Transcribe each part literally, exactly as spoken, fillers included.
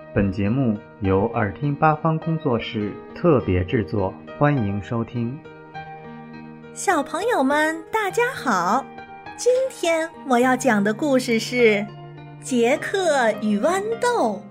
本节目由耳听八方工作室特别制作，欢迎收听。 小朋友们大家好，今天我要讲的故事是杰克与豌豆。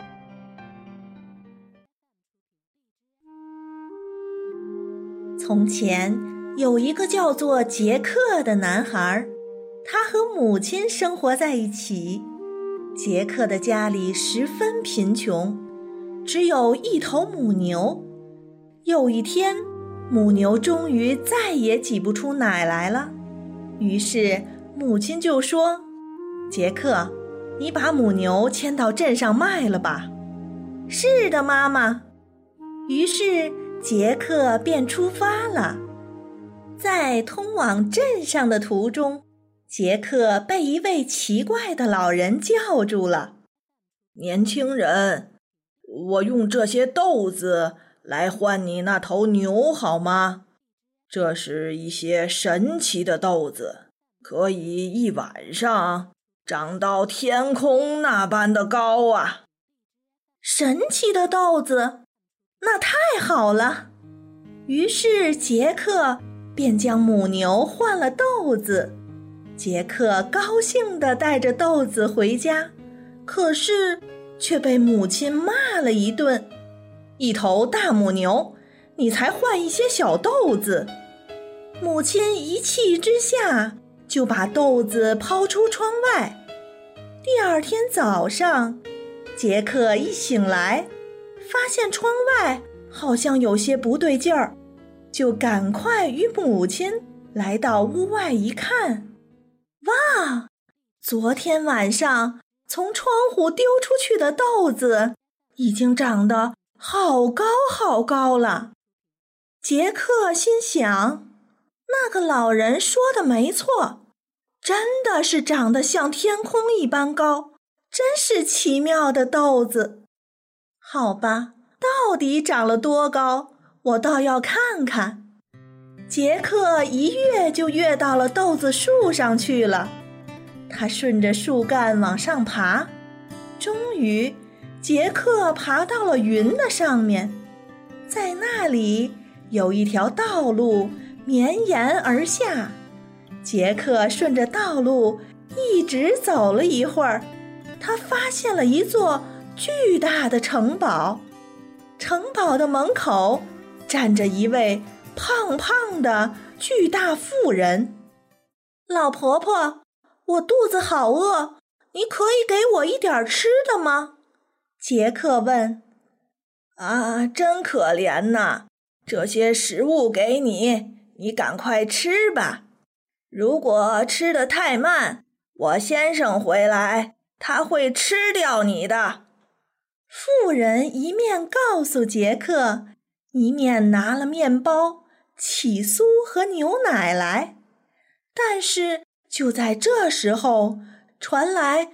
从前有一个叫做杰克的男孩，他和母亲生活在一起。杰克的家里十分贫穷，只有一头母牛。有一天，母牛终于再也挤不出奶来了，于是母亲就说：杰克，你把母牛牵到镇上卖了吧。是的，妈妈。于是杰克便出发了。在通往镇上的途中，杰克被一位奇怪的老人叫住了。 年轻人，我用这些豆子来换你那头牛好吗？这是一些神奇的豆子，可以一晚上长到天空那般的高啊！ 神奇的豆子，那太好了。于是杰克便将母牛换了豆子。杰克高兴地带着豆子回家，可是却被母亲骂了一顿。一头大母牛，你才换一些小豆子。母亲一气之下就把豆子抛出窗外。第二天早上，杰克一醒来，发现窗外好像有些不对劲儿，就赶快与母亲来到屋外一看。哇！昨天晚上从窗户丢出去的豆子已经长得好高好高了。杰克心想，那个老人说的没错，真的是长得像天空一般高，真是奇妙的豆子。好吧，到底长了多高，我倒要看看。杰克一跃就跃到了豆子树上去了。他顺着树干往上爬，终于杰克爬到了云的上面。在那里有一条道路绵延而下。杰克顺着道路一直走了一会儿，他发现了一座巨大的城堡。城堡的门口站着一位胖胖的巨大妇人。老婆婆，我肚子好饿，你可以给我一点吃的吗？杰克问。 啊，真可怜呐，这些食物给你，你赶快吃吧。如果吃得太慢，我先生回来，他会吃掉你的。 妇人一面告诉杰克，一面拿了面包、起酥和牛奶来。但是就在这时候，传来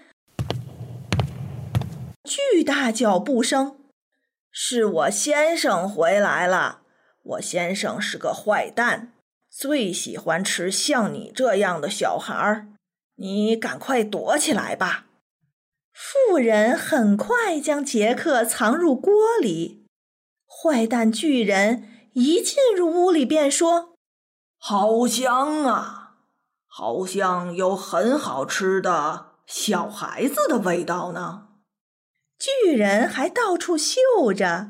巨大脚步声。 是我先生回来了，我先生是个坏蛋，最喜欢吃像你这样的小孩，你赶快躲起来吧。 妇人很快将杰克藏入锅里。坏蛋巨人一进入屋里便说： 好香啊，好像有很好吃的小孩子的味道呢。 巨人还到处嗅着，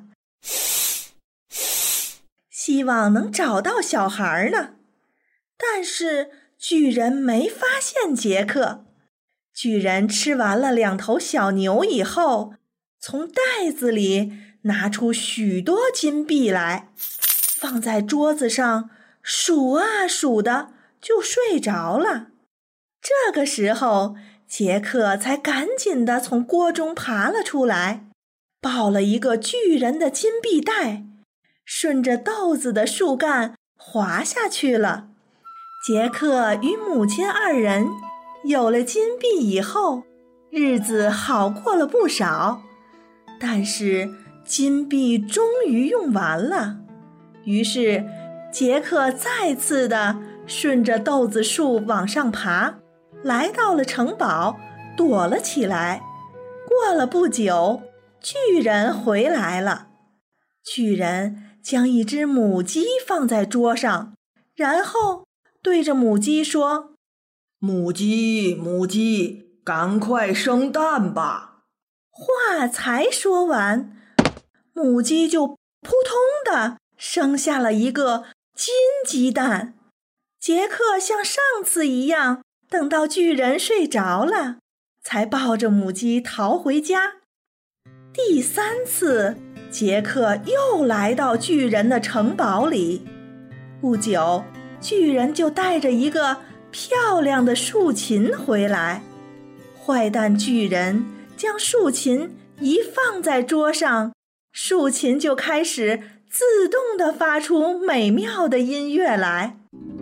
希望能找到小孩呢。但是巨人没发现杰克。巨人吃完了两头小牛以后，从袋子里拿出许多金币来，放在桌子上，数啊数的就睡着了。这个时候，杰克才赶紧地从锅中爬了出来，抱了一个巨人的金币袋，顺着豆子的树干滑下去了。杰克与母亲二人有了金币以后，日子好过了不少。但是金币终于用完了，于是杰克再次地顺着豆子树往上爬，来到了城堡，躲了起来。过了不久， 巨人回来了。巨人将一只母鸡放在桌上，然后对着母鸡说： 母鸡，母鸡，赶快生蛋吧！ 话才说完，母鸡就扑通地生下了一个金鸡蛋。杰克像上次一样，等到巨人睡着了，才抱着母鸡逃回家。第三次，杰克又来到巨人的城堡里。不久，巨人就带着一个漂亮的竖琴回来。坏蛋巨人将竖琴一放在桌上，竖琴就开始自动地发出美妙的音乐来。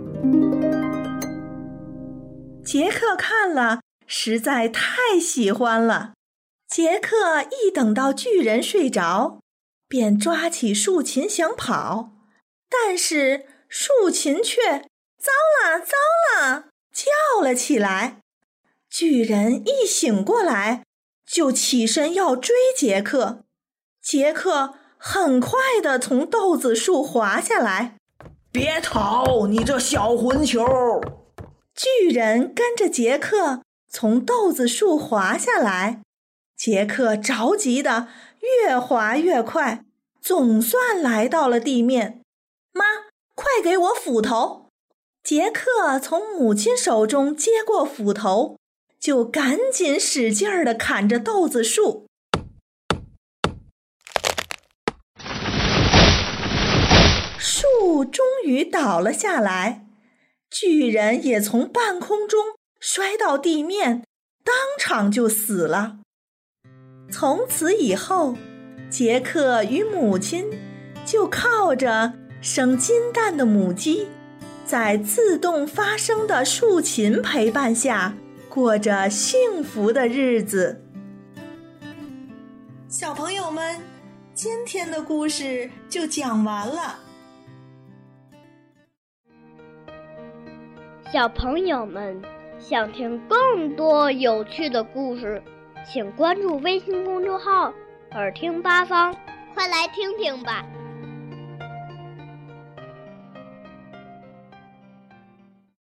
杰克看了，实在太喜欢了。杰克一等到巨人睡着，便抓起竖琴想跑，但是竖琴却糟了糟了叫了起来。巨人一醒过来，就起身要追杰克。杰克很快地从豆子树滑下来。 别逃，你这小混球！ 巨人跟着杰克从豆子树滑下来，杰克着急的越滑越快，总算来到了地面。妈，快给我斧头！杰克从母亲手中接过斧头，就赶紧使劲儿地砍着豆子树。树终于倒了下来，巨人也从半空中摔到地面，当场就死了。从此以后，杰克与母亲就靠着生金蛋的母鸡，在自动发声的竖琴陪伴下，过着幸福的日子。小朋友们，今天的故事就讲完了。 小朋友们，想听更多有趣的故事，请关注微信公众号“耳听八方”，快来听听吧。